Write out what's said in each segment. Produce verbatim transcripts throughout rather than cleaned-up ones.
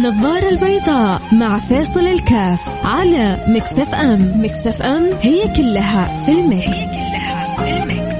النظارة البيضاء مع فاصل الكاف على ميكس اف ام. ميكس اف ام هي كلها في الميكس, هي كلها في الميكس.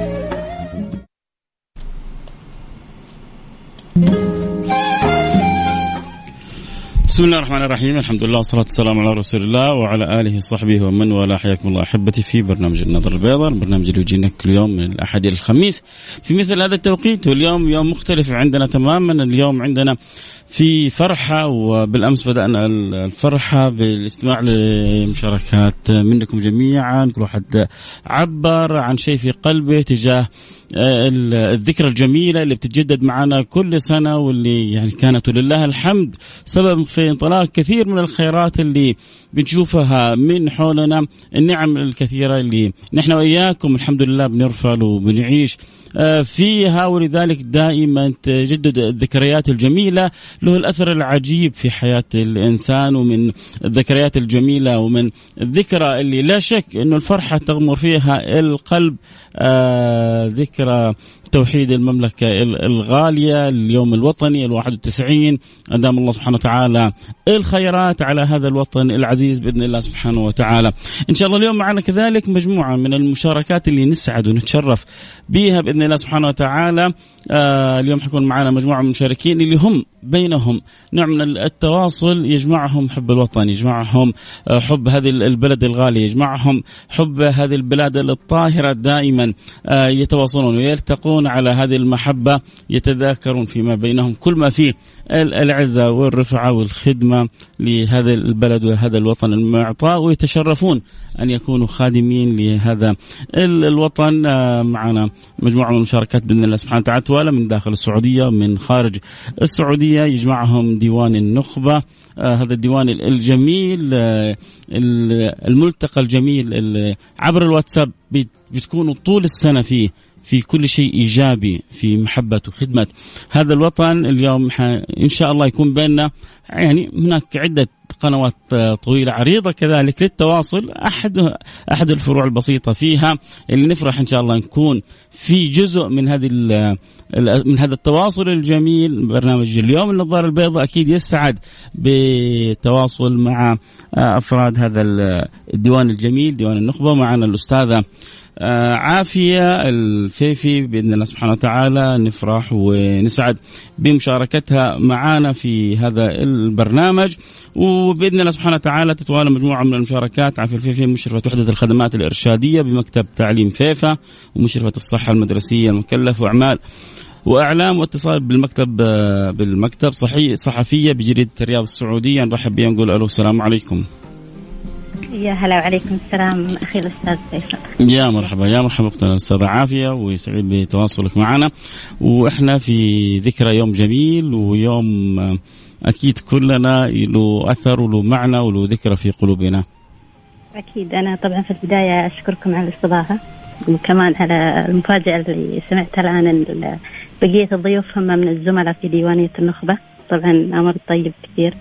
بسم الله الرحمن الرحيم. الحمد لله والصلاة والسلام على رسول الله وعلى آله وصحبه ومن والاه. حياكم الله أحبتي في برنامج النظر البيضاء، البرنامج اللي يجينا كل يوم من الأحد إلى الخميس في مثل هذا التوقيت. واليوم يوم مختلف عندنا تماما. اليوم عندنا في فرحة، وبالأمس بدأنا الفرحة بالاستماع لمشاركات منكم جميعا. كل واحد عبر عن شيء في قلبه تجاه الذكرى الجميلة اللي بتتجدد معنا كل سنة، واللي يعني كانت ولله الحمد سبب في انطلاق كثير من الخيرات اللي بنشوفها من حولنا، النعم الكثيرة اللي نحن وإياكم الحمد لله بنرفل وبنعيش فيها. ولذلك دائما تجدد الذكريات الجميلة له الأثر العجيب في حياة الإنسان. ومن الذكريات الجميلة ومن الذكرى اللي لا شك أنه الفرحة تغمر فيها القلب آه ذكرى توحيد المملكة الغالية، اليوم الوطني الواحد والتسعين. أدام الله سبحانه وتعالى الخيرات على هذا الوطن العزيز بإذن الله سبحانه وتعالى. إن شاء الله اليوم معنا كذلك مجموعة من المشاركات اللي نسعد ونتشرف بها بإذن الله سبحانه وتعالى. آه اليوم حيكون معنا مجموعة من المشاركين اللي هم بينهم نوع من التواصل يجمعهم حب الوطن، يجمعهم حب هذه البلد الغالية، يجمعهم حب هذه البلاد الطاهرة. دائما آه يتواصلون ويلتقون على هذه المحبة، يتذاكرون فيما بينهم كل ما فيه العزة والرفعة والخدمة لهذا البلد وهذا الوطن المعطاء، ويتشرفون أن يكونوا خادمين لهذا الوطن. معنا مجموعة من المشاركات بإذن الله سبحانه وتعالى من داخل السعودية ومن خارج السعودية، يجمعهم ديوان النخبة. هذا الديوان الجميل الملتقى الجميل عبر الواتساب بتكونوا طول السنة فيه في كل شيء إيجابي في محبة وخدمة هذا الوطن. اليوم إن شاء الله يكون بيننا يعني هناك عدة قنوات طويلة عريضة كذلك للتواصل. أحد أحد الفروع البسيطة فيها اللي نفرح إن شاء الله نكون في جزء من هذه من هذا التواصل الجميل. برنامج اليوم النظارة البيضاء أكيد يسعد بالتواصل مع أفراد هذا الديوان الجميل ديوان النخبة. معنا الأستاذة عافية الفيفي بإذن الله سبحانه وتعالى، نفرح ونسعد بمشاركتها معنا في هذا البرنامج. وبإذن الله سبحانه وتعالى تتوالى مجموعة من المشاركات. عافية الفيفي مشرفة وحدة الخدمات الإرشادية بمكتب تعليم فيفا، ومشرفة الصحة المدرسية المكلف وأعمال وأعلام واتصال بالمكتب بالمكتب صحي صحفية بجريدة الرياض السعودية. نرحب بها نقول ألو السلام عليكم. يا هلا وعليكم السلام أخي الأستاذ فيصل. يا مرحبا يا مرحبا أختنا الأستاذة عافية، ويسعد بتواصلك معنا. وإحنا في ذكرى يوم جميل، ويوم أكيد كلنا له أثر وله معنى وله ذكرى في قلوبنا. أكيد. أنا طبعا في البداية أشكركم على الاستضافة، وكمان على المفاجأة اللي سمعتها الآن بقية الضيوف هم من الزملاء في ديوانية النخبة. طبعا أمر طيب كثير.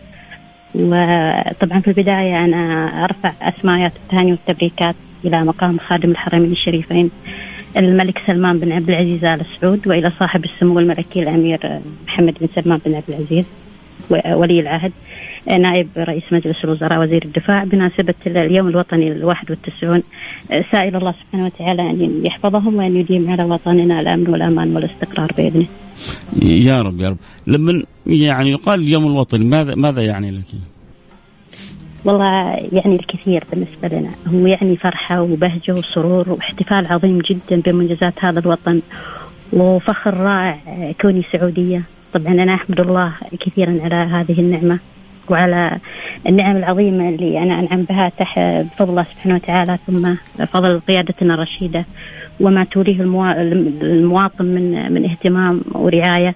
وطبعا في البداية أنا أرفع أسماءات التهاني والتبريكات إلى مقام خادم الحرمين الشريفين الملك سلمان بن عبد العزيز آل سعود، وإلى صاحب السمو الملكي الأمير محمد بن سلمان بن عبد العزيز ولي العهد نائب رئيس مجلس الوزراء وزير الدفاع بمناسبة اليوم الوطني الواحد والتسعون. سائل الله سبحانه وتعالى أن يحفظهم وأن يديم على وطننا الأمن والأمان والاستقرار بإذنه. يا رب يا رب. لما يعني يقال اليوم الوطني ماذا ماذا يعني لك؟ والله يعني الكثير بالنسبة لنا، هو يعني فرحة وبهجة وسرور واحتفال عظيم جدا بمنجزات هذا الوطن، وفخر رائع كوني سعودية. طبعا أنا أحمد الله كثيرا على هذه النعمة وعلى النعم العظيمة اللي أنا أنعم بها تحت بفضل الله سبحانه وتعالى، ثم فضل قيادتنا الرشيدة وما توليه المواطن من من اهتمام ورعاية.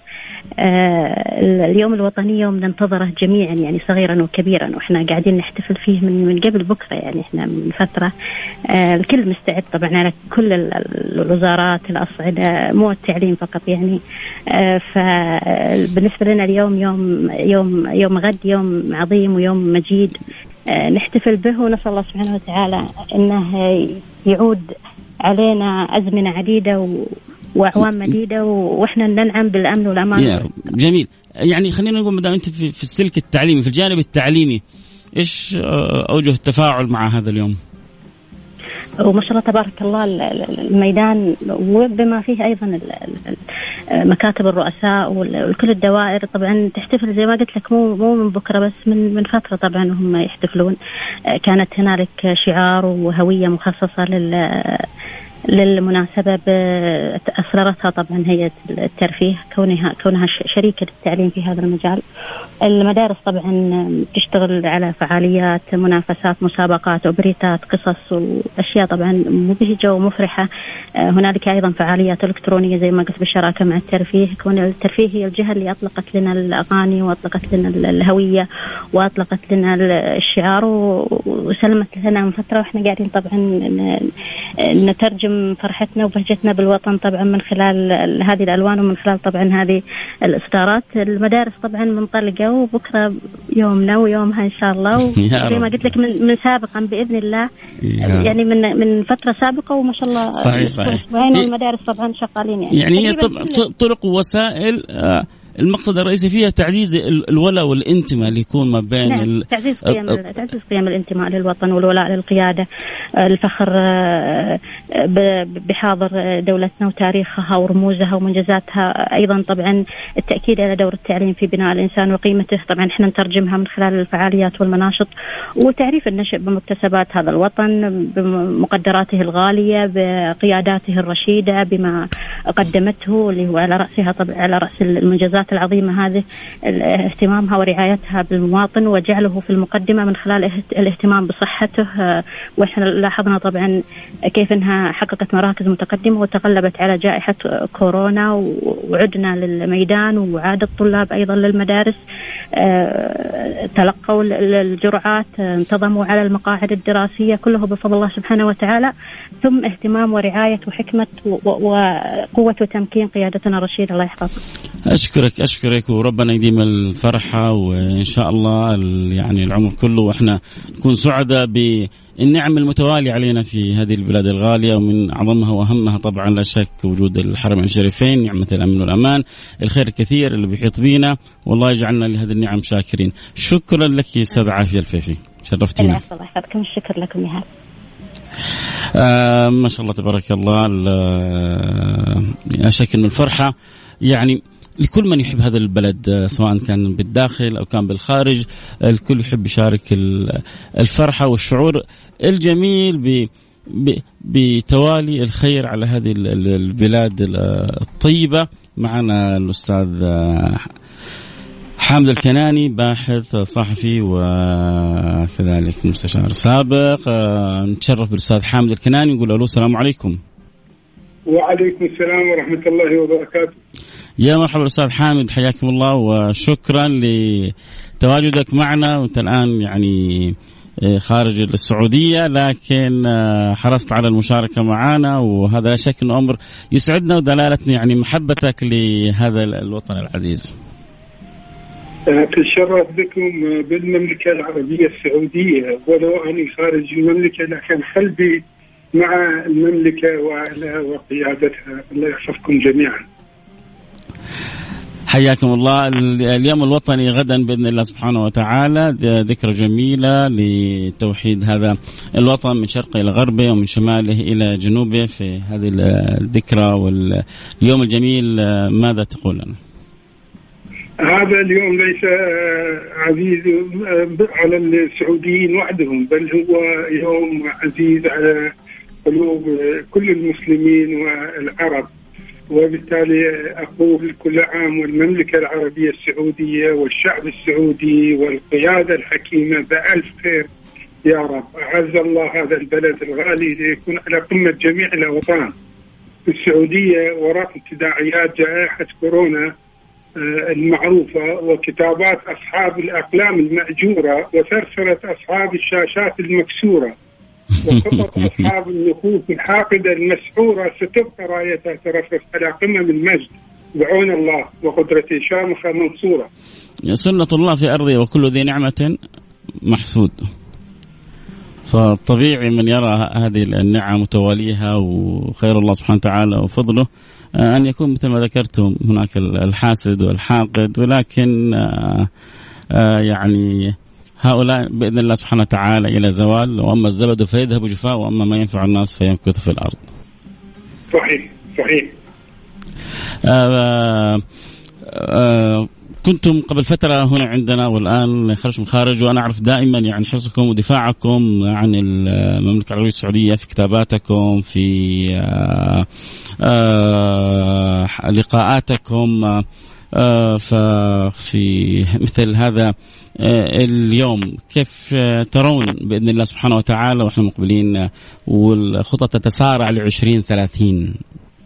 آه اليوم الوطني يوم ننتظره جميعا يعني صغيرا وكبيرا، وإحنا قاعدين نحتفل فيه من من قبل بكرة، يعني إحنا من فترة. آه الكل مستعد طبعا على كل الوزارات الأصعدة، مو التعليم فقط يعني. آه فبالنسبة لنا اليوم يوم يوم يوم غد يوم عظيم ويوم مجيد آه نحتفل به، ونسأل الله سبحانه وتعالى إنه يعود علينا أزمنة عديدة وأعوام مديدة وإحنا ننعم بالأمن والأمان. يا رب. جميل. يعني خلينا نقول مدام أنت في, في السلك التعليمي، في الجانب التعليمي، إيش أوجه التفاعل مع هذا اليوم؟ وما شاء الله تبارك الله الميدان وبما فيه أيضا مكاتب الرؤساء وكل الدوائر طبعا تحتفل زي ما قلت لك، مو مو من بكرة بس، من من فترة طبعا هم يحتفلون. كانت هنالك شعار وهوية مخصصة لل للمناسبة أصدرتها طبعا هيئة الترفيه كونها كونها شريكة للتعليم في هذا المجال. المدارس طبعا تشتغل على فعاليات، منافسات، مسابقات، أوبريتات، قصص وأشياء طبعا مبهجة ومفرحة. هنالك أيضا فعاليات إلكترونية زي ما قلت بالشراكة مع الترفيه، كون الترفيه هي الجهة اللي أطلقت لنا الأغاني وأطلقت لنا الهوية وأطلقت لنا الشعار وسلمت لنا من فترة، وإحنا قاعدين طبعا نترجم فرحتنا وبهجتنا بالوطن طبعا من خلال هذه الألوان ومن خلال طبعا هذه الإصدارات. المدارس طبعا منطلقة وبكرة يومنا ويومها إن شاء الله، وزي ما قلت لك من, من سابقا بإذن الله يعني من من فترة سابقة وما شاء الله صحيح صحيح. والمدارس طبعا شغالين يعني يعني هي طرق ووسائل آه المقصد الرئيسي فيها تعزيز الولاء والانتماء اللي يكون ما بين نعم. ال... تعزيز قيم تعزيز قيم الانتماء للوطن والولاء للقيادة، الفخر بحاضر دولتنا وتاريخها ورموزها ومنجزاتها، أيضا طبعا التأكيد على دور التعليم في بناء الإنسان وقيمته. طبعا احنا نترجمها من خلال الفعاليات والمناشط وتعريف النشء بمكتسبات هذا الوطن، بمقدراته الغالية، بقياداته الرشيدة، بما قدمته اللي هو على رأسها طبعا على رأس المنجزات العظيمة هذه اهتمامها ورعايتها بالمواطن وجعله في المقدمة من خلال الاهتمام بصحته. وإحنا لاحظنا طبعا كيف أنها حققت مراكز متقدمة وتغلبت على جائحة كورونا، وعدنا للميدان وعاد الطلاب أيضا للمدارس، تلقوا الجرعات، انتظموا على المقاعد الدراسية، كله بفضل الله سبحانه وتعالى، ثم اهتمام ورعاية وحكمة وقوة وتمكين قيادتنا الرشيدة الله يحفظها. أشكرك أشكرك وربنا يديم الفرحة وإن شاء الله يعني العمر كله وإحنا نكون سعداء بالنعم المتوالية علينا في هذه البلاد الغالية، ومن أعظمها وأهمها طبعا لا شك وجود الحرمين الشريفين، نعمة الأمن والأمان، الخير الكثير اللي بيحيط بينا، والله يجعلنا لهذه النعم شاكرين. شكرا لك يا أستاذ عافية الفيفي، شرفتينا. الله يحفظكم، الشكر لكم يا هلا. آه ما شاء الله تبارك الله. لا شك إنه الفرحة يعني لكل من يحب هذا البلد سواء كان بالداخل أو كان بالخارج، الكل يحب يشارك الفرحة والشعور الجميل بتوالي الخير على هذه البلاد الطيبة. معنا الأستاذ حامد الكناني، باحث صحفي وكذلك مستشار سابق. نتشرف بالأستاذ حامد الكناني، نقول له السلام عليكم. وعليكم السلام ورحمة الله وبركاته. يا مرحبا أستاذ حامد، حياكم الله وشكرا لتواجدك معنا. وأنت الآن يعني خارج السعودية لكن حرصت على المشاركة معنا، وهذا لا شك أنه أمر يسعدنا ودلالة يعني محبتك لهذا الوطن العزيز. تشرف بكم بالمملكة العربية السعودية، ولو أني خارج المملكة لكن قلبي مع المملكة وأهلها وقيادتها. الله يحفظكم جميعا. حياكم الله. اليوم الوطني غدا بإذن الله سبحانه وتعالى، ذكرى جميلة لتوحيد هذا الوطن من شرقه إلى غربه ومن شماله إلى جنوبه. في هذه الذكرى واليوم الجميل ماذا تقول لنا؟ هذا اليوم ليس عزيز على السعوديين وحدهم، بل هو يوم عزيز على قلوب كل المسلمين والعرب، وبالتالي أقول كل عام والمملكة العربية السعودية والشعب السعودي والقيادة الحكيمة بألف خير يا رب. أعز الله هذا البلد الغالي ليكون على قمة جميع الأوطان. في السعودية وراء تداعيات جائحة كورونا المعروفة وكتابات أصحاب الأقلام المأجورة وثرثرة أصحاب الشاشات المكسورة وخطط أصحاب النفوس الحاقدة المسحورة ستبقى رايتها ترفرف على قمم المجد بعون الله وقدرته شامخة منصورة. سنة الله في أرضه وكل ذي نعمة محسود. فطبيعي من يرى هذه النعم وتواليها وخير الله سبحانه وتعالى وفضله أن يكون مثل ما ذكرتم هناك الحاسد والحاقد، ولكن يعني هؤلاء بإذن الله سبحانه وتعالى إلى زوال، وأما الزبد فيذهب جفاء، وأما ما ينفع الناس فيمكث في الأرض. صحيح صحيح. آه آه كنتم قبل فترة هنا عندنا والآن خرج من خارج، وأنا أعرف دائما يعني حرصكم ودفاعكم عن المملكة العربية السعودية في كتاباتكم، في آه آه لقاءاتكم، آه في مثل هذا آه اليوم. كيف ترون بإذن الله سبحانه وتعالى وإحنا مقبلين والخطط تتسارع لعشرين ثلاثين؟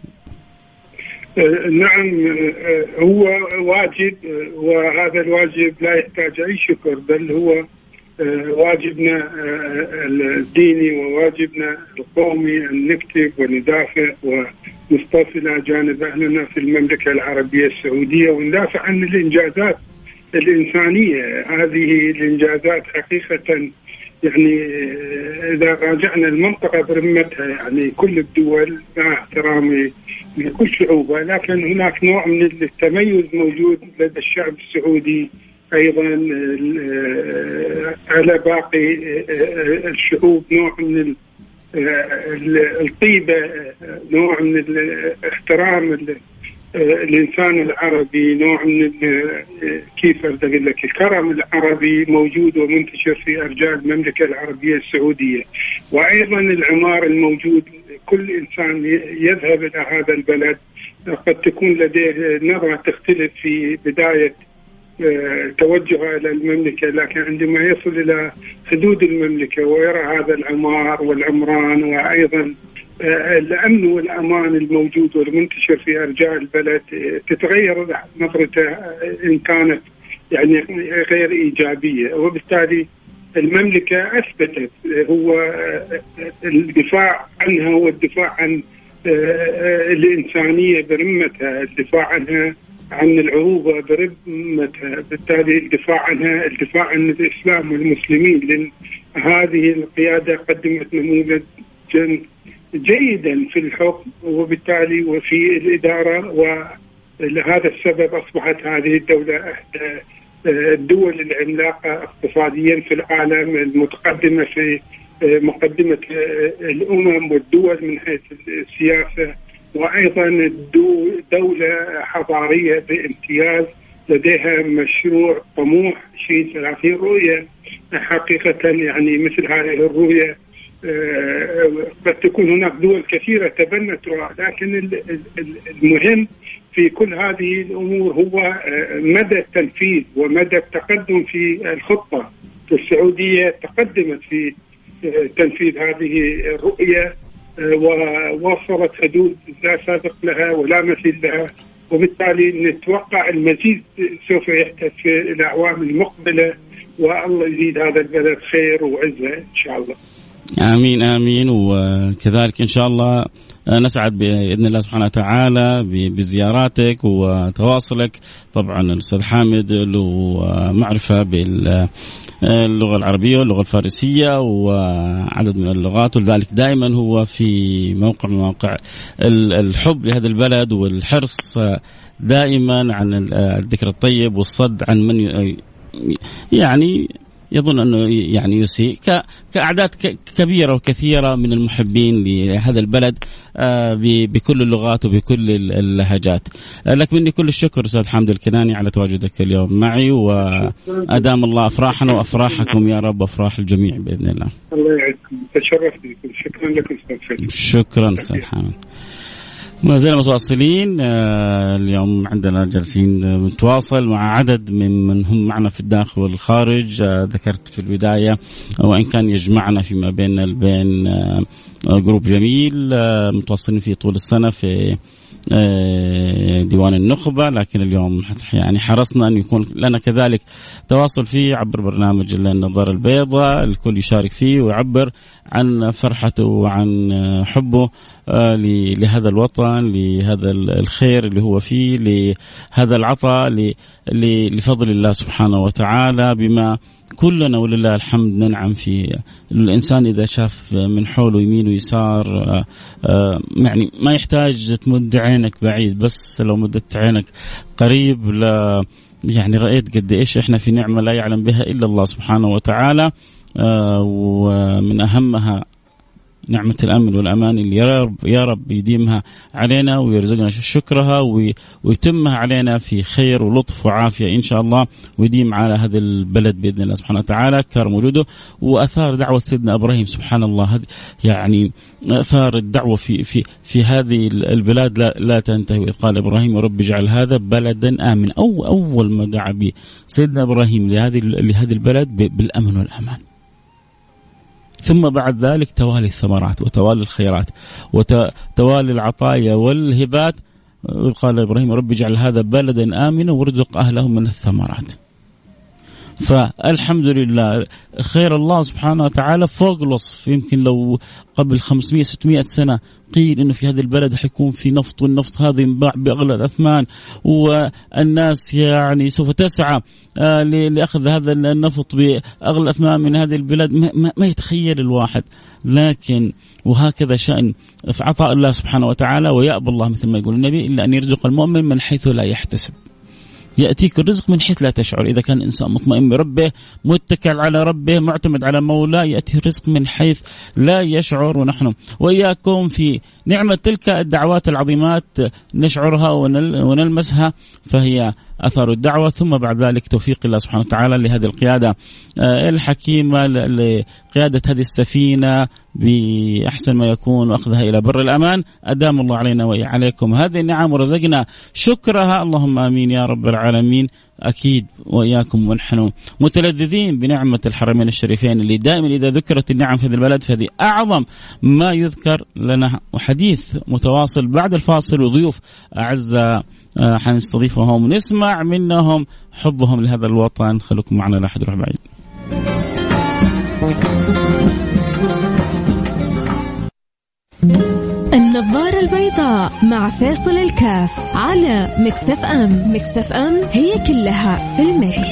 نعم، هو واجب، وهذا الواجب لا يحتاج أي شكر، بل هو واجبنا الديني وواجبنا القومي أن نكتب وندافع ونصطف إلى جانب أهلنا في المملكة العربية السعودية، وندافع عن الإنجازات الإنسانية. هذه الإنجازات حقيقة يعني إذا راجعنا المنطقة برمتها، يعني كل الدول مع احترامي لكل شعوبها، لكن هناك نوع من التميز موجود لدى الشعب السعودي أيضا على باقي الشعوب، نوع من الطيبة، نوع من الاحترام الإنسان العربي، نوع من كيف أقول لك الكرم العربي موجود ومنتشر في أرجاء المملكة العربية السعودية. وأيضا العمار الموجود، كل إنسان يذهب إلى هذا البلد قد تكون لديه نظرة تختلف في بداية توجهه إلى المملكة، لكن عندما يصل إلى حدود المملكة ويرى هذا العمار والعمران وأيضا الأمن والأمان الموجود والمنتشر في أرجاء البلد، تتغير نظرته إن كانت يعني غير إيجابية. وبالتالي المملكة أثبتت هو الدفاع عنها والدفاع عن الإنسانية برمتها، الدفاع عنها عن العروبة برمتها، بالتالي الدفاع عنها الدفاع عن الإسلام والمسلمين. لأن هذه القيادة قدمت نموذجا جيدا في الحكم وبالتالي وفي الإدارة، ولهذا السبب أصبحت هذه الدولة إحدى الدول العملاقة اقتصاديا في العالم، المتقدمة في مقدمة الأمم والدول من حيث السياسة، وأيضا دولة حضارية بامتياز لديها مشروع طموح عشرين ثلاثين رؤية. حقيقة يعني مثل هذه الرؤية قد تكون هناك دول كثيرة تبنت رؤى، لكن المهم في كل هذه الأمور هو مدى التنفيذ ومدى التقدم في الخطة. السعودية تقدمت في تنفيذ هذه الرؤية ووصلت حدود لا سابق لها ولا مثيل لها، وبالتالي نتوقع المزيد سوف يحدث في الأعوام المقبلة، والله يزيد هذا البلد خير وعزة إن شاء الله. آمين آمين. وكذلك إن شاء الله نسعد بإذن الله سبحانه وتعالى بزياراتك وتواصلك. طبعا الأستاذ حامد له معرفة باللغة العربية واللغة الفارسية وعدد من اللغات، ولذلك دائما هو في موقع من مواقع الحب لهذا البلد والحرص دائما عن الذكر الطيب والصد عن من يعني يظن أنه يعني يسيء، كأعداد كبيرة وكثيرة من المحبين لهذا البلد بكل اللغات وبكل اللهجات. لك مني كل الشكر أستاذ حامد الكناني على تواجدك اليوم معي، وأدام الله أفراحنا وأفراحكم يا رب، أفراح الجميع بإذن الله. الله يعزكم، تشرفت بكم. شكرا لكم أستاذ. شكرا أستاذ حامد. ما زلنا متواصلين. اليوم عندنا جالسين نتواصل مع عدد من من هم معنا في الداخل والخارج. ذكرت في البداية وإن كان يجمعنا فيما بيننا البين جروب جميل متواصلين فيه طول السنة في ديوان النخبة، لكن اليوم يعني حرصنا أن يكون لنا كذلك تواصل فيه عبر برنامج النظارة البيضاء، الكل يشارك فيه ويعبر عن فرحته وعن حبه لهذا الوطن، لهذا الخير اللي هو فيه، لهذا العطاء لفضل الله سبحانه وتعالى، بما كلنا ولله الحمد ننعم فيه. الإنسان إذا شاف من حوله يمين ويسار يعني ما يحتاج تمد عين عينك بعيد، بس لو مدت عينك قريب لا يعني رأيت قد إيش إحنا في نعمة لا يعلم بها إلا الله سبحانه وتعالى. آه ومن أهمها نعمة الأمن والأمان اللي يا رب يا رب يديمها علينا ويرزقنا شكرها ويتمها علينا في خير ولطف وعافية إن شاء الله، ويديم على هذا البلد بإذن الله سبحانه وتعالى كرم وجوده. وأثار دعوة سيدنا إبراهيم سبحان الله، يعني أثار الدعوة في في في هذه البلاد لا لا تنتهي. إذ قال إبراهيم رب اجعل هذا بلدا آمن، أو أول ما دعا به سيدنا إبراهيم لهذه لهذه البلد بالأمن والأمان. ثم بعد ذلك توالي الثمرات وتوالي الخيرات وتوالي العطايا والهبات. قال إبراهيم رب اجعل هذا بلدا آمنا وارزق أهله من الثمرات. فالحمد لله خير الله سبحانه وتعالى فوق الوصف. يمكن لو قبل خمسمائة ستمائة سنة قيل إنه في هذا البلد حيكون في نفط، والنفط هذا ينباع بأغلى الأثمان، والناس يعني سوف تسعى آه لأخذ هذا النفط بأغلى الأثمان من هذه البلاد، ما, ما يتخيل الواحد. لكن وهكذا شأن في عطاء الله سبحانه وتعالى، ويأبى الله مثل ما يقول النبي إلا أن يرزق المؤمن من حيث لا يحتسب. يأتيك الرزق من حيث لا تشعر. إذا كان الإنسان مطمئن بربه متكل على ربه معتمد على مولاه يأتي الرزق من حيث لا يشعر. ونحن وإياكم في نعمة تلك الدعوات العظيمات نشعرها ونلمسها، فهي أثر الدعوة. ثم بعد ذلك توفيق الله سبحانه وتعالى لهذه القيادة الحكيمة لقيادة هذه السفينة بأحسن ما يكون وأخذها إلى بر الأمان. أدام الله علينا وعليكم هذه النعم ورزقنا شكرها، اللهم آمين يا رب العالمين. أكيد وإياكم ونحن متلذذين بنعمة الحرمين الشريفين اللي دائما إذا ذكرت النعم في هذا البلد فهذه أعظم ما يذكر لنا. وحديث متواصل بعد الفاصل وضيوف أعزاء حنستضيفهم ونسمع منهم حبهم لهذا الوطن. خلوكم معنا لا أحد يروح بعيد. النظارة البيضاء مع فاصل الكاف على ميكس اف ام. ميكس اف ام هي كلها في الميكس.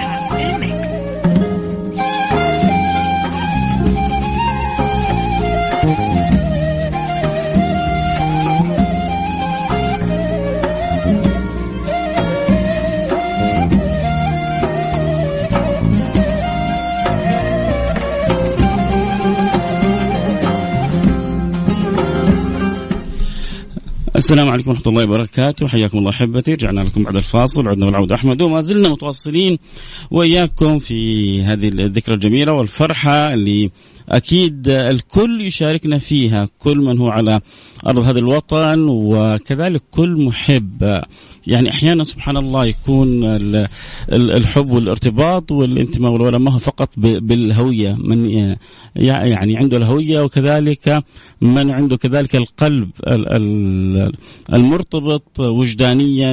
السلام عليكم ورحمة الله وبركاته، حياكم الله أحبتي. رجعنا لكم بعد الفاصل، عدنا والعود أحمد، وما زلنا متواصلين وإياكم في هذه الذكرى الجميلة والفرحة اللي أكيد الكل يشاركنا فيها، كل من هو على أرض هذا الوطن وكذلك كل محب. يعني أحيانا سبحان الله يكون الحب والارتباط والانتماء والولاء ما هو فقط بالهوية، من يعني عنده الهوية وكذلك من عنده كذلك القلب المرتبط وجدانيا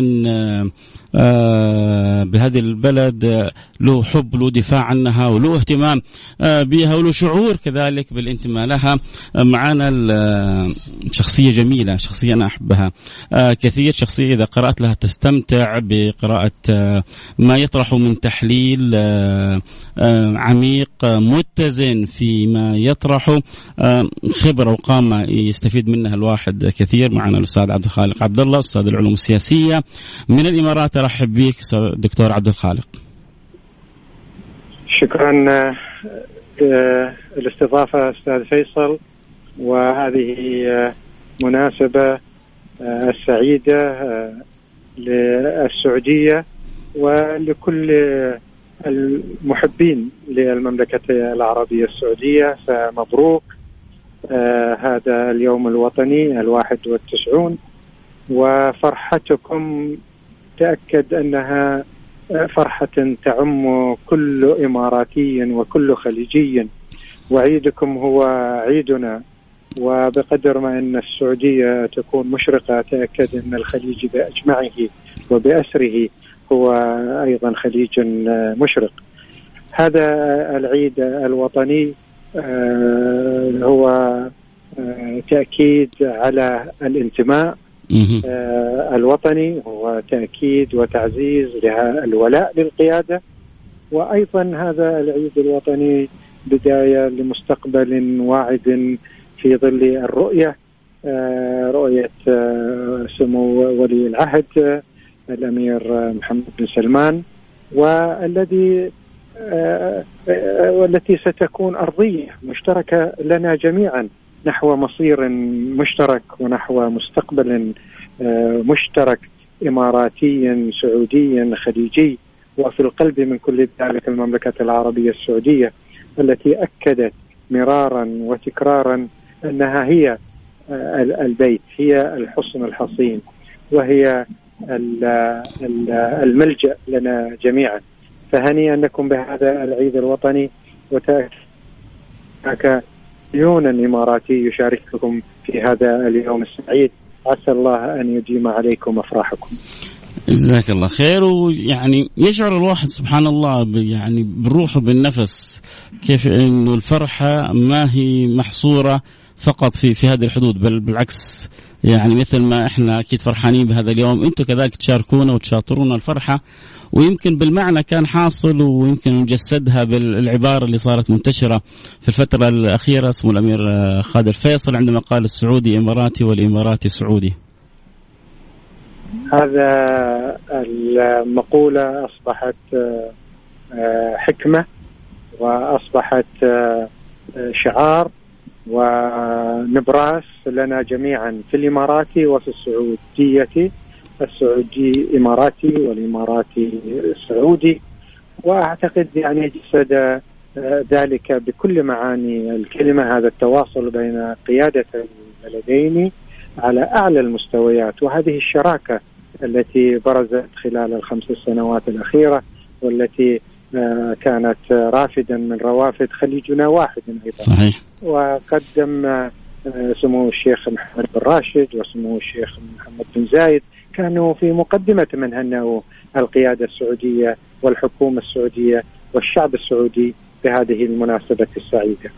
بهذه البلد، له حب له دفاع عنها وله اهتمام بها وله شعور كذلك بالانتماء لها. معنا شخصية جميلة، شخصية أنا أحبها كثير، شخصية إذا قرأت لها تستمتع بقراءة ما يطرح من تحليل عميق متزن فيما يطرحه، خبرة وقامة يستفيد منها الواحد كثير. معنا الأستاذ عبد الخالق عبد الله، أستاذ العلوم السياسية من الإمارات. أرحب بك دكتور عبد الخالق. شكرا الاستضافة أستاذ فيصل، وهذه مناسبة السعيدة للسعودية ولكل المحبين للمملكة العربية السعودية. فمبروك هذا اليوم الوطني الواحد والتسعون، وفرحتكم تأكد أنها فرحة تعم كل إماراتي وكل خليجي، وعيدكم هو عيدنا. وبقدر ما أن السعودية تكون مشرقة تأكد أن الخليج بأجمعه وبأسره هو أيضا خليج مشرق. هذا العيد الوطني هو تأكيد على الانتماء الوطني، هو تأكيد وتعزيز الولاء للقيادة، وأيضا هذا العيد الوطني بداية لمستقبل واعد في ظل الرؤية رؤية سمو ولي العهد الأمير محمد بن سلمان، والذي والتي ستكون أرضية مشتركة لنا جميعا نحو مصير مشترك ونحو مستقبل مشترك إماراتي سعودي خليجي. وفي القلب من كل ذلك المملكة العربية السعودية التي أكدت مرارا وتكرارا أنها هي البيت، هي الحصن الحصين، وهي الملجأ لنا جميعا. فهنيئا لكم بهذا العيد الوطني، وتأكد مليون إماراتي يشارككم في هذا اليوم السعيد. عسى الله أن يديم عليكم أفراحكم. جزاك الله خير. ويعني يشعر الواحد سبحان الله يعني بالروح وبالنفس كيف إنه الفرحة ما هي محصورة فقط في في هذه الحدود، بل بالعكس يعني مثل ما احنا اكيد فرحانين بهذا اليوم، انتم كذلك تشاركونا وتشاطرونا الفرحة. ويمكن بالمعنى كان حاصل ويمكن نجسدها بالعبارة اللي صارت منتشرة في الفترة الأخيرة، اسمه الأمير خالد الفيصل عندما قال السعودي إماراتي والإماراتي سعودي. هذا المقولة أصبحت حكمة وأصبحت شعار ونبراس لنا جميعا في الإماراتي وفي السعودية، السعودي إماراتي والإماراتي سعودي. وأعتقد يعني جسد ذلك بكل معاني الكلمة، هذا التواصل بين قيادة البلدين على أعلى المستويات، وهذه الشراكة التي برزت خلال الخمس سنوات الأخيرة، والتي كانت رافدا من روافد خليجنا واحد أيضا. صحيح. وقدم سمو الشيخ محمد بن راشد وسمو الشيخ محمد بن زايد كانوا في مقدمة من هنأوا القيادة السعودية والحكومة السعودية والشعب السعودي بهذه المناسبة السعيدة.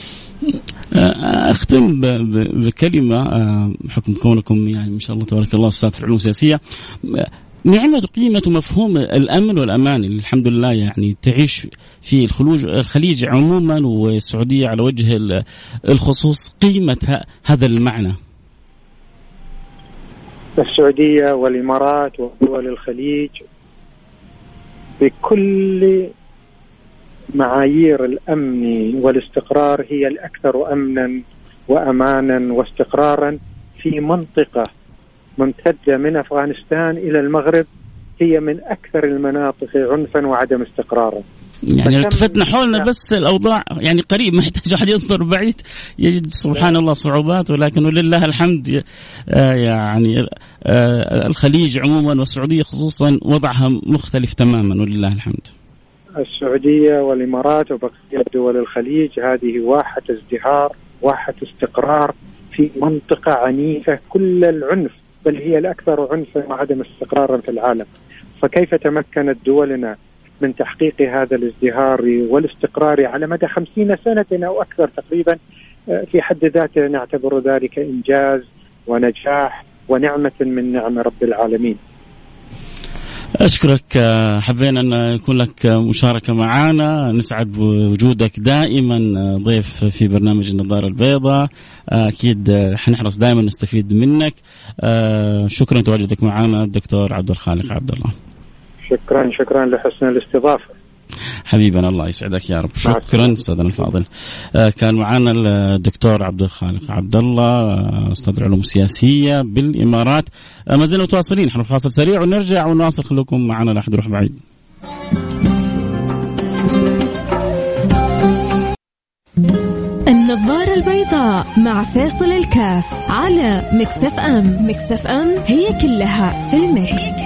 أختم بكلمة بحكم كونكم يعني ما شاء الله تبارك الله أستاذ في العلوم السياسية، نعمة قيمة ومفهوم الأمن والأمان اللي الحمد لله يعني تعيش في الخلوج الخليج عموما والسعودية على وجه الخصوص، قيمة هذا المعنى. السعودية والإمارات ودول الخليج بكل معايير الأمن والاستقرار هي الأكثر أمنا وأمانا واستقرارا في منطقة ممتدة من أفغانستان إلى المغرب، هي من أكثر المناطق عنفا وعدم استقرارا. يعني التفتنا حولنا بس الأوضاع يعني قريب، ما يحتاج أحد ينظر بعيد يجد سبحان الله صعوبات، ولكن ولله الحمد يعني الخليج عموما والسعودية خصوصا وضعها مختلف تماما ولله الحمد. السعودية والإمارات وبقية دول الخليج هذه واحة ازدهار، واحة استقرار في منطقة عنيفة كل العنف، بل هي الأكثر عنفا وعدم استقرارا في العالم. فكيف تمكنت دولنا من تحقيق هذا الازدهار والاستقرار على مدى خمسين سنة أو أكثر تقريبا، في حد ذاته نعتبر ذلك إنجاز ونجاح ونعمة من نعم رب العالمين. أشكرك، حبينا أن يكون لك مشاركة معنا، نسعد بوجودك دائما ضيف في برنامج النظارة البيضاء، أكيد حنحرص دائما نستفيد منك. شكرا تواجدك معنا الدكتور عبد الخالق عبد الله. شكرا شكرا لحسن الاستضافة حبيبنا، الله يسعدك يا رب. شكرا أستاذنا الفاضل. كان معنا الدكتور عبد الخالق عبد الله أستاذ العلوم السياسية بالإمارات. ما زلنا متواصلين، حنروح فاصل سريع ونرجع ونواصل، خلوكم معنا لا أحد يروح بعيد. النظارة البيضاء مع فاصل الكاف على ميكس اف ام. ميكس اف ام هي كلها في الميكس.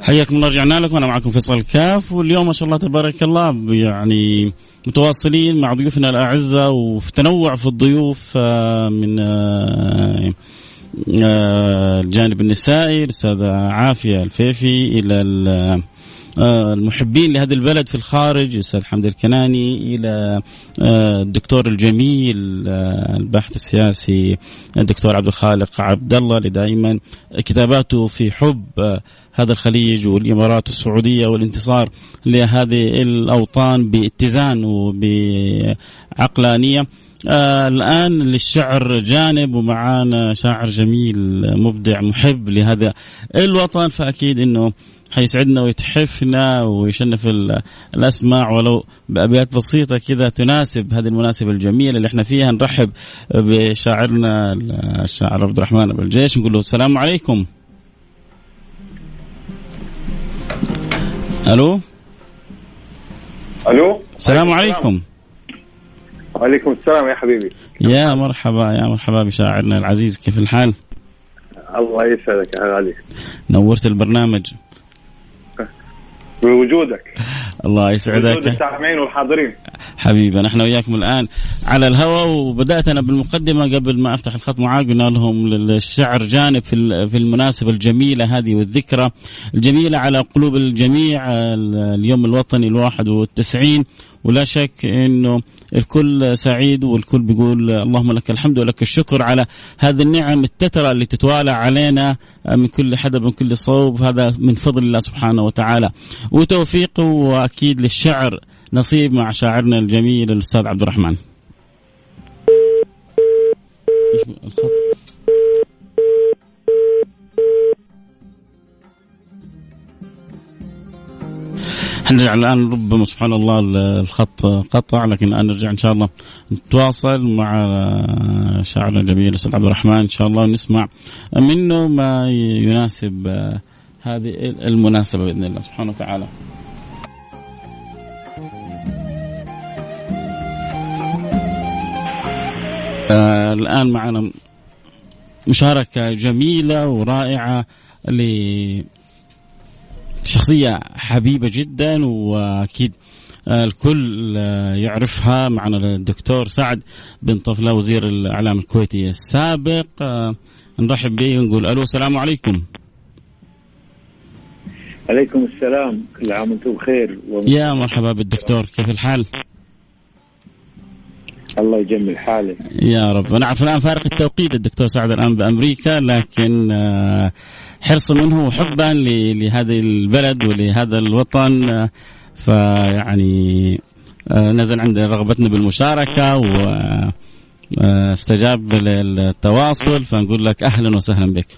حياكم الله، رجعنا لكم. أنا معكم فيصل الكاف، واليوم ما شاء الله تبارك الله يعني متواصلين مع ضيوفنا الأعزاء، وفي تنوع في الضيوف من الجانب النسائي الأستاذة عافية الفيفي، إلى المحبين لهذا البلد في الخارج الأستاذ حمد الكناني، إلى الدكتور الجميل الباحث السياسي الدكتور عبد الخالق عبد الله، اللي دائما كتاباته في حب هذا الخليج والإمارات والسعودية والانتصار لهذه الأوطان باتزان وبعقلانية. آه الآن للشعر جانب، ومعانا شاعر جميل مبدع محب لهذا الوطن، فأكيد إنه حيسعدنا ويتحفنا ويشنف الأسماع ولو بأبيات بسيطة كذا تناسب هذه المناسبة الجميلة اللي احنا فيها. نرحب بشاعرنا الشاعر عبد الرحمن أبو الجيش، نقول له السلام عليكم. ألو ألو السلام عليكم. وعليكم السلام يا حبيبي. يا مرحبا يا مرحبا بشاعرنا العزيز، كيف الحال؟ الله يسعدك يا غالي، نورت البرنامج بوجودك. الله يسعدك، وجود السامعين والحاضرين حبيبي. نحن وياكم الآن على الهواء، وبدأت أنا بالمقدمة قبل ما أفتح الخط معاك، قلنا لهم للشعر جانب في في المناسبة الجميلة هذه والذكرى الجميلة على قلوب الجميع، اليوم الوطني الواحد والتسعين، ولا شك إنه الكل سعيد والكل بيقول اللهم لك الحمد ولك الشكر على هذه النعم التترى اللي تتوالى علينا من كل حدب من كل صوب. هذا من فضل الله سبحانه وتعالى وتوفيقه، وأكيد للشعر نصيب مع شاعرنا الجميل الأستاذ عبد الرحمن. نرجع الآن، ربما سبحان الله الخط قطع، لكن الآن نرجع إن شاء الله نتواصل مع شاعرنا الجميل الأستاذ عبد الرحمن إن شاء الله، ونسمع منه ما يناسب هذه المناسبة بإذن الله سبحانه وتعالى. آه الآن معنا مشاركة جميلة ورائعة لشخصية حبيبة جدا، وأكيد الكل يعرفها. معنا الدكتور سعد بن طفلة وزير الإعلام الكويتي السابق، نرحب به ونقول ألو السلام عليكم. عليكم السلام، كل عام وانتم بخير. يا مرحبا بالدكتور، كيف الحال؟ الله يجمل حالك يا رب. أنا أعرف الآن فارق التوقيت، الدكتور سعد الآن بأمريكا، لكن حرصا منه وحبا لهذه البلد ولهذا الوطن، فيعني نزل عند رغبتنا بالمشاركة واستجاب للتواصل، فنقول لك أهلا وسهلا بك.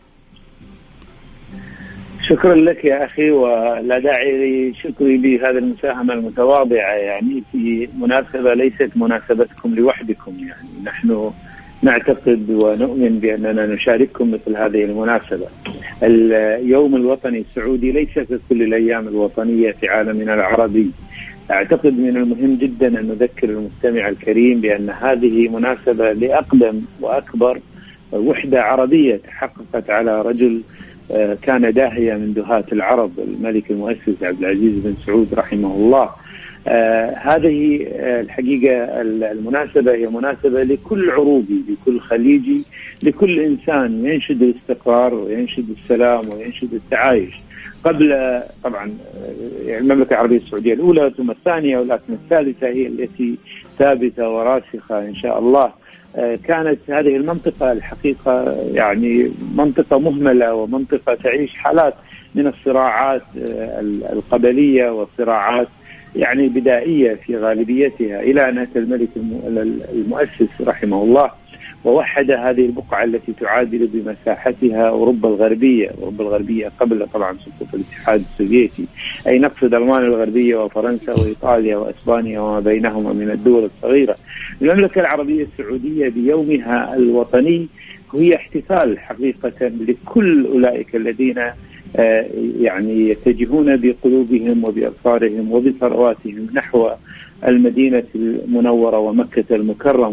شكرا لك يا أخي، ولا داعي لشكري بهذه المساهمة المتواضعة يعني في مناسبة ليست مناسبتكم لوحدكم. يعني نحن نعتقد ونؤمن بأننا نشارككم مثل هذه المناسبة. اليوم الوطني السعودي ليس في كل الأيام الوطنية في عالمنا العربي. أعتقد من المهم جدا أن نذكر المستمع الكريم بأن هذه مناسبة لأقدم وأكبر وحدة عربية تحققت على رجل كان داهية من دهاة العرب، الملك المؤسس عبد العزيز بن سعود رحمه الله. آه هذه الحقيقة المناسبة هي مناسبة لكل عروبي، لكل خليجي، لكل إنسان ينشد الاستقرار وينشد السلام وينشد التعايش. قبل طبعا المملكة العربية السعودية الأولى ثم الثانية ولكن الثالثة هي التي ثابتة وراسخة إن شاء الله. كانت هذه المنطقة الحقيقة يعني منطقة مهملة ومنطقة تعيش حالات من الصراعات القبلية والصراعات يعني بدائية في غالبيتها، إلى أن أتى الملك المؤسس رحمه الله ووحد هذه البقعة التي تعادل بمساحتها أوروبا الغربية. أوروبا الغربية قبل طبعا سقوط الاتحاد السوفيتي، أي نقصد ألمانيا الغربية وفرنسا وإيطاليا وإسبانيا وما بينهما من الدول الصغيرة. المملكة العربية السعودية بيومها الوطني هي احتفال حقيقة لكل أولئك الذين يعني يتجهون بقلوبهم وبأبصارهم وبثرواتهم نحو المدينة المنورة ومكة المكرمة.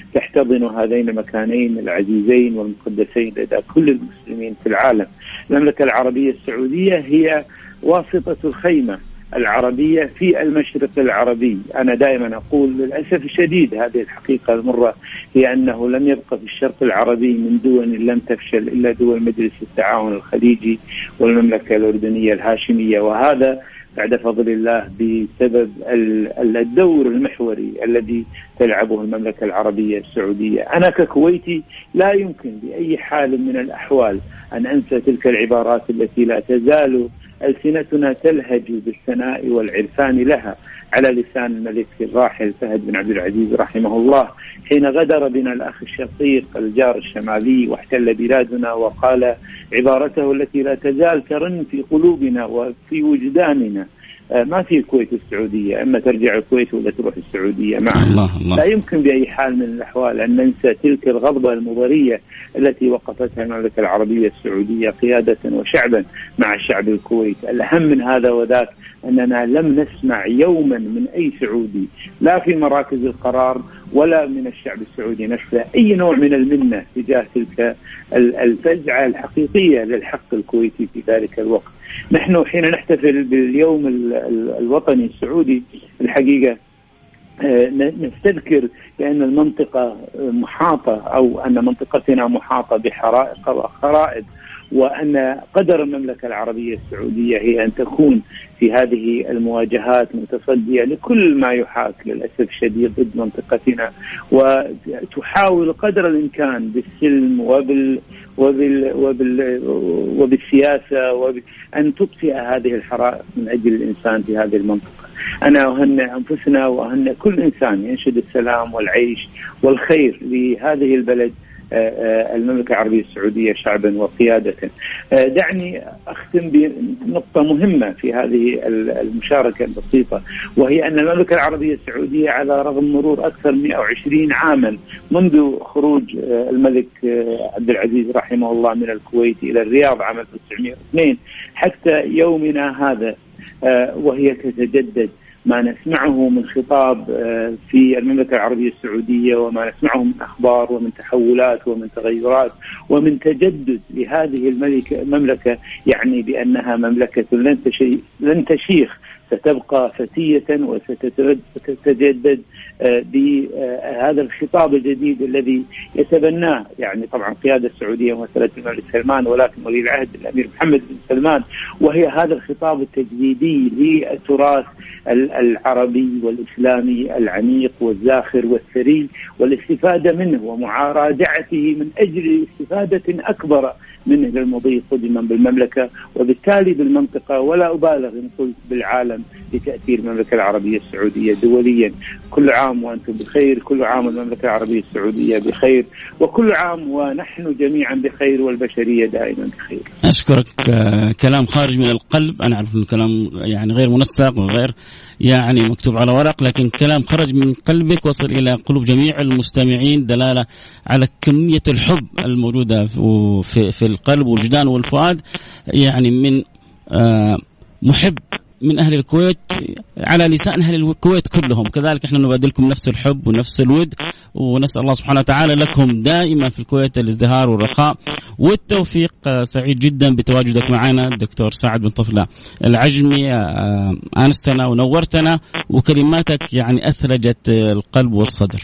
تحتضن هذين المكانين العزيزين والمقدسين لدى كل المسلمين في العالم. المملكة العربية السعودية هي واسطة الخيمة العربية في المشرق العربي. أنا دائما أقول للأسف الشديد هذه الحقيقة المرة هي أنه لم يبقى في الشرق العربي من دول لم تفشل إلا دول مجلس التعاون الخليجي والمملكة الأردنية الهاشمية، وهذا بعد فضل الله بسبب الدور المحوري الذي تلعبه المملكة العربية السعودية. أنا ككويتي لا يمكن بأي حال من الأحوال أن أنسى تلك العبارات التي لا تزال ألسنتنا تلهج بالثناء والعرفان لها على لسان الملك الراحل فهد بن عبد العزيز رحمه الله، حين غدر بنا الأخ الشقيق الجار الشمالي واحتل بلادنا، وقال عبارته التي لا تزال ترن في قلوبنا وفي وجداننا: ما في الكويت السعودية، أما ترجع الكويت ولا تروح السعودية معنا. الله الله. لا يمكن بأي حال من الأحوال أن ننسى تلك الغضبة المضرية التي وقفتها المملكة العربية السعودية قيادة وشعبا مع الشعب الكويتي. الأهم من هذا وذاك أننا لم نسمع يوما من أي سعودي لا في مراكز القرار ولا من الشعب السعودي نفسه أي نوع من المنة تجاه تلك الفزعة الحقيقية للحق الكويتي في ذلك الوقت. نحن حين نحتفل باليوم الوطني السعودي الحقيقة نستذكر بأن المنطقة محاطة أو أن منطقتنا محاطة بحرائق وخرائب، وأن قدر المملكة العربية السعودية هي أن تكون في هذه المواجهات متصدية لكل ما يحاك للأسف الشديد ضد منطقتنا، وتحاول قدر الإمكان بالسلم وبال وبال وبال وبالسياسة وأن تطفئ هذه الحرائق من أجل الإنسان في هذه المنطقة. أنا أهنئ أنفسنا وأهنئ كل إنسان ينشد السلام والعيش والخير لهذه البلد المملكة العربية السعودية شعبا وقيادة. دعني أختم بنقطة مهمة في هذه المشاركة البسيطة، وهي أن المملكة العربية السعودية على رغم مرور أكثر من مئة وعشرين عاما منذ خروج الملك عبد العزيز رحمه الله من الكويت إلى الرياض عام ألف وتسعمئة واثنين حتى يومنا هذا، وهي تتجدد. ما نسمعه من خطاب في المملكة العربية السعودية وما نسمعه من أخبار ومن تحولات ومن تغيرات ومن تجدد لهذه المملكة يعني بأنها مملكة لن تشيخ، ستبقى فتية وستتجدد بهذا الخطاب الجديد الذي يتبناه يعني طبعا قيادة السعودية ومثلة الملك سلمان، ولكن ولي العهد الأمير محمد بن سلمان، وهي هذا الخطاب التجديدي للتراث العربي والإسلامي العميق والزاخر والثري والاستفادة منه ومراجعته من أجل استفادة أكبر منه للمضي قدما بالمملكة وبالتالي بالمنطقة، ولا أبالغ إن قلت بالعالم لتأثير المملكة العربية السعودية دوليا. كل عام وأنتم بخير، كل عام المملكة العربية السعودية بخير، وكل عام ونحن جميعا بخير والبشرية دائما بخير. أشكرك. كلام خارج من القلب. أنا أعرف أن الكلام يعني غير منسق وغير يعني مكتوب على ورق، لكن كلام خرج من قلبك وصل إلى قلوب جميع المستمعين، دلالة على كمية الحب الموجودة في في القلب والوجدان والفؤاد، يعني من محب من أهل الكويت على لسان أهل الكويت كلهم. كذلك احنا نبادلكم نفس الحب ونفس الود، ونسأل الله سبحانه وتعالى لكم دائما في الكويت الازدهار والرخاء والتوفيق. سعيد جدا بتواجدك معنا الدكتور سعد بن طفلة العجمي، آنستنا ونورتنا، وكلماتك يعني أثلجت القلب والصدر.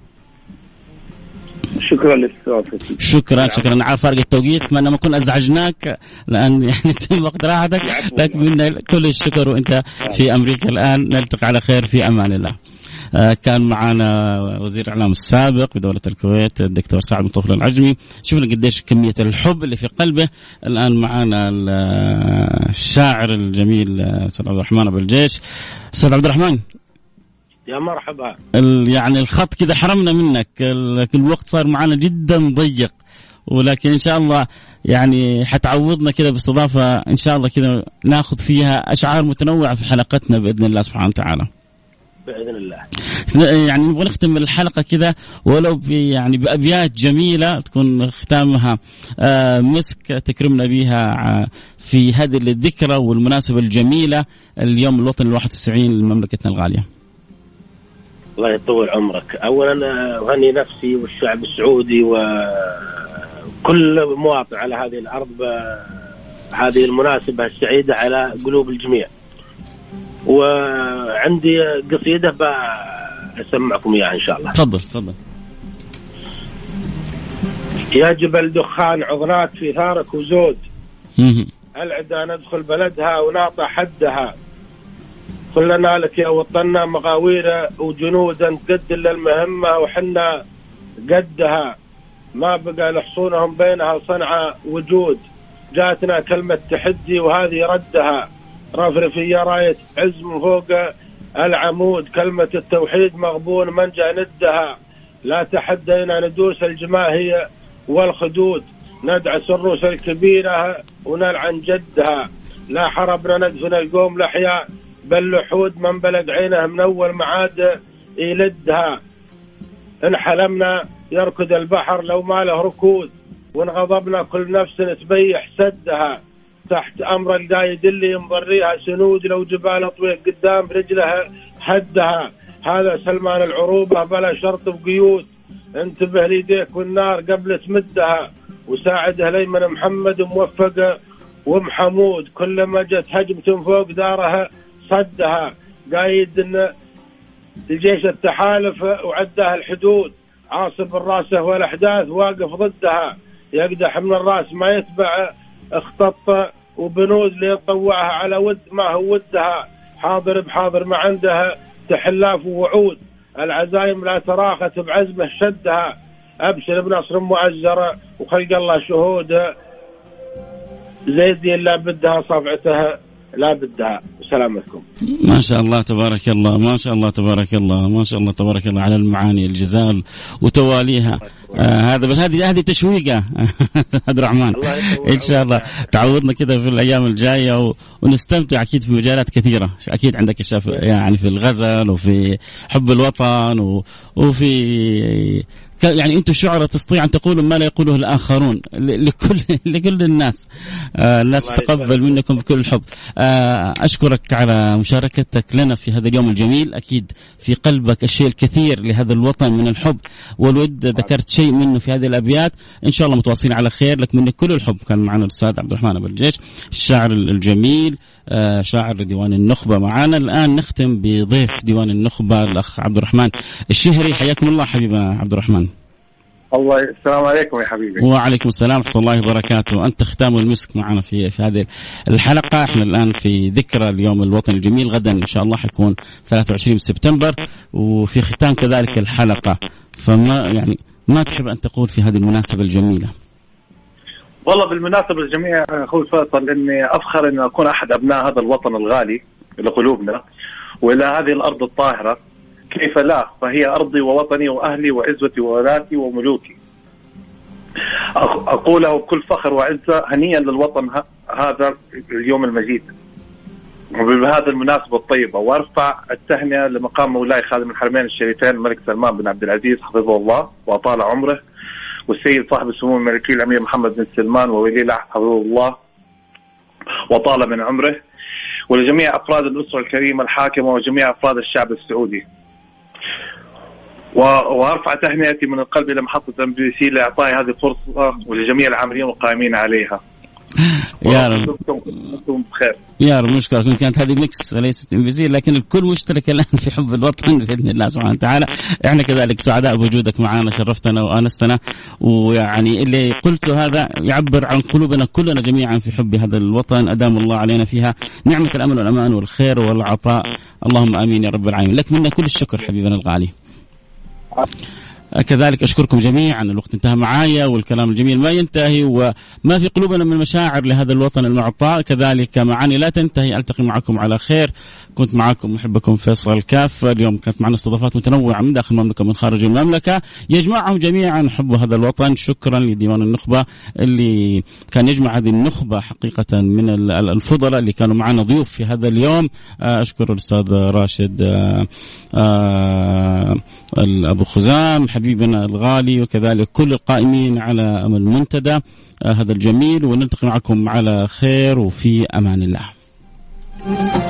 شكرا لاستضافتي. شكرا شكرا. أنا عارف فرق التوقيت، أتمنى ما نكون أزعجناك لأن يعني تم وقت راحتك، لكن منا كل الشكر، وأنت في أمريكا الآن. نلتقي على خير في أمان الله. آه كان معنا وزير الإعلام السابق بدولة الكويت الدكتور سعد بن طفلة العجمي. شوفنا قديش كمية الحب اللي في قلبه. الآن معنا الشاعر الجميل أستاذ عبد الرحمن أبو الجيش. أستاذ عبد الرحمن يا مرحبا. يعني الخط كده حرمنا منك، الوقت صار معنا جدا ضيق، ولكن إن شاء الله يعني حتعوضنا كده باستضافة إن شاء الله كده ناخذ فيها أشعار متنوعة في حلقتنا بإذن الله سبحانه وتعالى. بإذن الله. يعني نبغى نختم الحلقة كده ولو يعني بأبيات جميلة تكون ختامها مسك تكرمنا بها في هذه الذكرى والمناسبة الجميلة اليوم الوطني الواحد والتسعين لمملكتنا الغالية. الله يطول عمرك. أولا أهني نفسي والشعب السعودي وكل مواطن على هذه الأرض بهذه المناسبة السعيدة على قلوب الجميع. وعندي قصيدة بسمعكم إياها إن شاء الله. تفضل تفضل. يا جبل دخان عضنات في ثارك وزود، العدا ندخل بلدها ونعطى حدها، كلنا لك يا وطننا مغاوير وجنودا تقد للمهمة وحنا قدها، ما بقى لحصونهم بينها صنعة وجود، جاتنا كلمة تحدي وهذه ردها، رفرفي يا راية عزم فوق العمود، كلمة التوحيد مغبون من جا ندها، لا تحدينا ندوس الجماهير والخدود، ندعس الروس الكبيرة ونلعن جدها، لا حربنا ندفن القوم الأحياء بل لحود، من بلد عينه من أول معاد يلدها، إن حلمنا يركض البحر لو ما له ركود، وإن غضبنا كل نفس تبيح سدها، تحت أمر القايد اللي مضريها سنود، لو جبال طويل قدام رجلها هدها، هذا سلمان العروبة بلا شرط وقيود، انتبه ليديك والنار قبل تمدها، وساعدها ليمن محمد موفق ومحمود، كلما جت هجمة فوق دارها صدها، قايد ان الجيش التحالف وعدها الحدود، عاصب الراسه والاحداث واقف ضدها، يقدح من الراس ما يتبع اختط وبنود ليطوعها على ود ما هو ودها، حاضر بحاضر ما عندها تحلاف ووعود، العزايم لا تراخت بعزمه شدها، ابشر بنصر مؤزره وخلق الله شهود، زيدي لا بدها صفعتها لا بدها. سلامتكم. ما شاء الله تبارك الله، ما شاء الله تبارك الله، ما شاء الله تبارك الله على المعاني الجزال وتواليها. آه هذا بس هذه هذه تشويقه عبد الرحمن. ان شاء الله تعودنا كذا في الايام الجايه و... ونستمتع اكيد في مجالات كثيره، اكيد عندك الشاف يعني في الغزل وفي حب الوطن و... وفي يعني أنتم الشعراء تستطيع أن تقولوا ما لا يقوله الآخرون لكل لكل الناس. آه الناس تقبل منكم بكل الحب. آه أشكرك على مشاركتك لنا في هذا اليوم الجميل. أكيد في قلبك الشيء الكثير لهذا الوطن من الحب والود، ذكرت شيء منه في هذه الأبيات. إن شاء الله متواصلين على خير، لك منك كل الحب. كان معنا الأستاذ عبد الرحمن أبو الجيش الشاعر الجميل، آه شاعر ديوان النخبة معنا. الآن نختم بضيف ديوان النخبة الأخ عبد الرحمن الشهري. حياكم الله حبيبنا عبد الرحمن. الله السلام عليكم يا حبيبي. وعليكم السلام ورحمة الله وبركاته. أنت ختام المسك معنا في في هذه الحلقة. احنا الآن في ذكرى اليوم الوطني الجميل، غدا إن شاء الله حيكون ثلاثة وعشرين سبتمبر، وفي ختام كذلك الحلقة، فما يعني ما تحب أن تقول في هذه المناسبة الجميلة؟ والله بالمناسبة الجميلة أخوي فيصل إني أفخر إن أكون أحد أبناء هذا الوطن الغالي لقلوبنا وإلى هذه الأرض الطاهرة. كيف لا، فهي أرضي ووطني وأهلي وعزوتي وولاتي وملوكي. أقوله بكل فخر وعزة، هنيئا للوطن هذا اليوم المجيد وبهذا المناسبة الطيبة. وأرفع التهنئة لمقام مولاي خادم الحرمين الشريفين الملك سلمان بن عبد العزيز حفظه الله وأطال عمره، والسيد صاحب السمو الملكي الأمير محمد بن سلمان وولي العهد حفظه الله وطال من عمره، ولجميع أفراد الأسرة الكريمة الحاكمة وجميع أفراد الشعب السعودي. وأرفع تهنئتي من القلب إلى محطة إم بي سي لإعطائي هذه الفرصة ولجميع العاملين والقائمين عليها. يا رب بخير. يا رب نشكرك. كانت هذه ميكس وليست إم بي سي، لكن الكل مشترك الآن في حب الوطن بإذن الله سبحانه وتعالى. إحنا كذلك سعداء بوجودك معنا، شرفتنا وآنستنا، ويعني اللي قلته هذا يعبر عن قلوبنا كلنا جميعا في حب هذا الوطن، أدام الله علينا فيها نعمة الأمن والأمان والخير والعطاء، اللهم آمين يا رب العالمين. لك منا كل الشكر حبيبنا الغالي. كذلك أشكركم جميعا. الوقت انتهى معايا والكلام الجميل ما ينتهي، وما في قلوبنا من مشاعر لهذا الوطن المعطاء كذلك معاني لا تنتهي. ألتقي معكم على خير. كنت معكم محبكم فيصل الكاف. اليوم كانت معنا استضافات متنوعة من داخل المملكة ومن خارج المملكة، يجمعهم جميعا حب هذا الوطن. شكرا لديوان النخبة اللي كان يجمع هذه النخبة حقيقة من الفضلاء اللي كانوا معنا ضيوف في هذا اليوم. أشكر الأستاذ راشد أبو خزام حبيبنا الغالي، وكذلك كل القائمين على المنتدى هذا الجميل، ونلتقي معكم على خير وفي أمان الله.